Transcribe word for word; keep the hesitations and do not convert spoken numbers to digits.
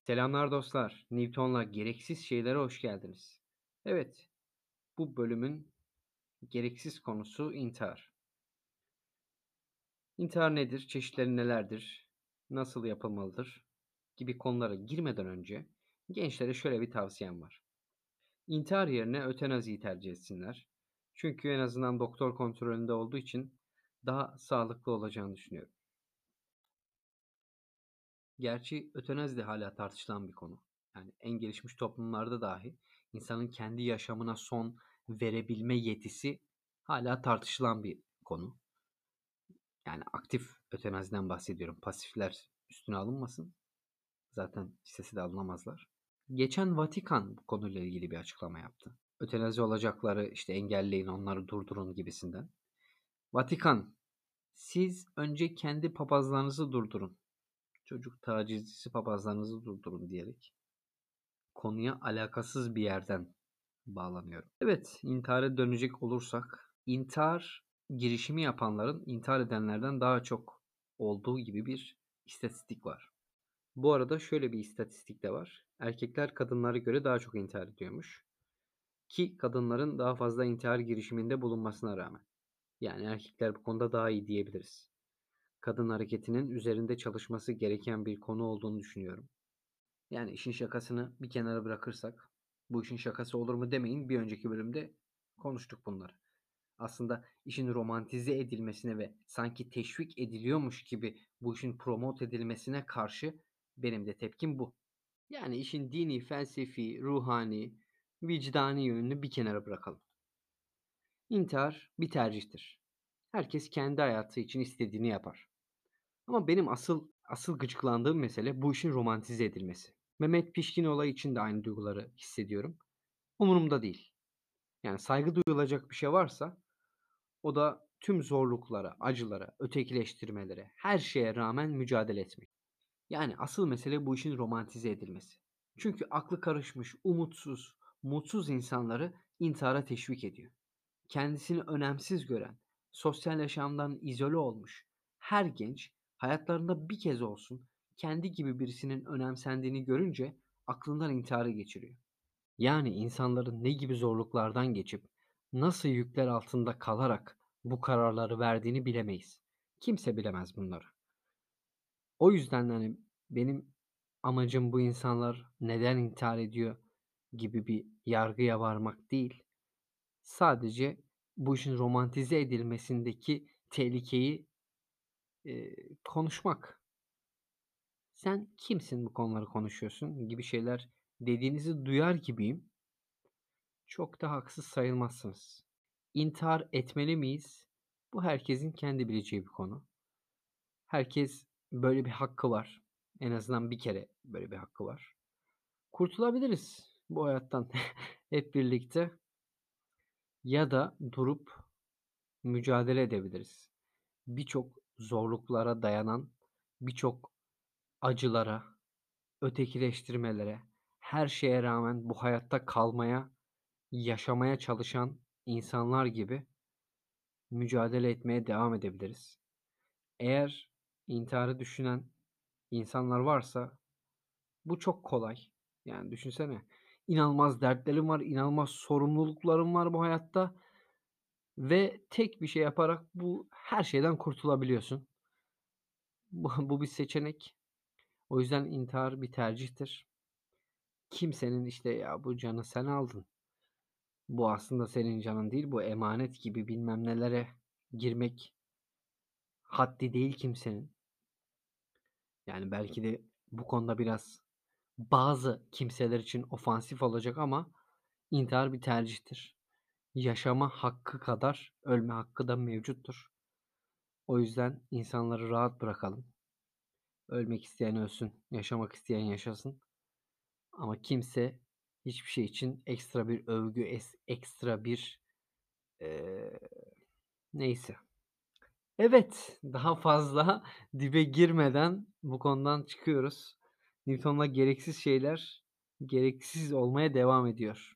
Selamlar dostlar. Newton'la gereksiz şeylere hoş geldiniz. Evet, bu bölümün gereksiz konusu intihar. İntihar nedir? Çeşitleri nelerdir? Nasıl yapılmalıdır? Gibi konulara girmeden önce gençlere şöyle bir tavsiyem var. İntihar yerine ötenaziyi tercih etsinler. Çünkü en azından doktor kontrolünde olduğu için daha sağlıklı olacağını düşünüyorum. Gerçi ötenazi de hala tartışılan bir konu. Yani en gelişmiş toplumlarda dahi insanın kendi yaşamına son verebilme yetisi hala tartışılan bir konu. Yani aktif ötenaziden bahsediyorum. Pasifler üstüne alınmasın. Zaten istese de alınamazlar. Geçen Vatikan bu konuyla ilgili bir açıklama yaptı. Ötenazi olacakları işte engelleyin, onları durdurun gibisinden. Vatikan, siz önce kendi papazlarınızı durdurun. Çocuk tacizcisi papazlarınızı durdurun diyerek konuya alakasız bir yerden bağlanıyorum. Evet, intihara dönecek olursak, intihar girişimi yapanların intihar edenlerden daha çok olduğu gibi bir istatistik var. Bu arada şöyle bir istatistik de var. Erkekler kadınlara göre daha çok intihar ediyormuş. Ki kadınların daha fazla intihar girişiminde bulunmasına rağmen. Yani erkekler bu konuda daha iyi diyebiliriz. Kadın hareketinin üzerinde çalışması gereken bir konu olduğunu düşünüyorum. Yani işin şakasını bir kenara bırakırsak, bu işin şakası olur mu demeyin. Bir önceki bölümde konuştuk bunları. Aslında işin romantize edilmesine ve sanki teşvik ediliyormuş gibi bu işin promote edilmesine karşı benim de tepkim bu. Yani işin dini, felsefi, ruhani, vicdani yönünü bir kenara bırakalım. İntihar bir tercihtir. Herkes kendi hayatı için istediğini yapar. Ama benim asıl asıl gıcıklandığım mesele bu işin romantize edilmesi. Mehmet Pişkin olayı için de aynı duyguları hissediyorum. Umurumda değil. Yani saygı duyulacak bir şey varsa o da tüm zorluklara, acılara, ötekileştirmelere, her şeye rağmen mücadele etmek. Yani asıl mesele bu işin romantize edilmesi. Çünkü aklı karışmış, umutsuz, mutsuz insanları intihara teşvik ediyor. Kendisini önemsiz gören, sosyal yaşamdan izole olmuş her genç hayatlarında bir kez olsun kendi gibi birisinin önemsendiğini görünce aklından intiharı geçiriyor. Yani insanların ne gibi zorluklardan geçip nasıl yükler altında kalarak bu kararları verdiğini bilemeyiz. Kimse bilemez bunları. O yüzden hani benim amacım bu insanlar neden intihar ediyor gibi bir yargıya varmak değil. Sadece bu işin romantize edilmesindeki tehlikeyi, eee, konuşmak. "Sen kimsin bu konuları konuşuyorsun?" gibi şeyler dediğinizi duyar gibiyim. Çok da haksız sayılmazsınız. İntihar etmeli miyiz? Bu herkesin kendi bileceği bir konu. Herkes böyle bir hakkı var. En azından bir kere böyle bir hakkı var. Kurtulabiliriz bu hayattan hep birlikte ya da durup mücadele edebiliriz. Birçok zorluklara dayanan, birçok acılara, ötekileştirmelere, her şeye rağmen bu hayatta kalmaya, yaşamaya çalışan insanlar gibi mücadele etmeye devam edebiliriz. Eğer intiharı düşünen insanlar varsa bu çok kolay. Yani düşünsene, inanılmaz dertlerim var, inanılmaz sorumluluklarım var bu hayatta ve tek bir şey yaparak bu her şeyden kurtulabiliyorsun. Bu bu bir seçenek. O yüzden intihar bir tercihtir. Kimsenin işte ya bu canı sen aldın. Bu aslında senin canın değil, bu emanet gibi bilmem nelere girmek haddi değil kimsenin. Yani belki de bu konuda biraz bazı kimseler için ofansif olacak ama intihar bir tercihtir. Yaşama hakkı kadar ölme hakkı da mevcuttur. O yüzden insanları rahat bırakalım. Ölmek isteyen ölsün, yaşamak isteyen yaşasın. Ama kimse hiçbir şey için ekstra bir övgü, es ekstra bir, eee, neyse. Evet, daha fazla dibe girmeden bu konudan çıkıyoruz. Newton'la gereksiz şeyler gereksiz olmaya devam ediyor.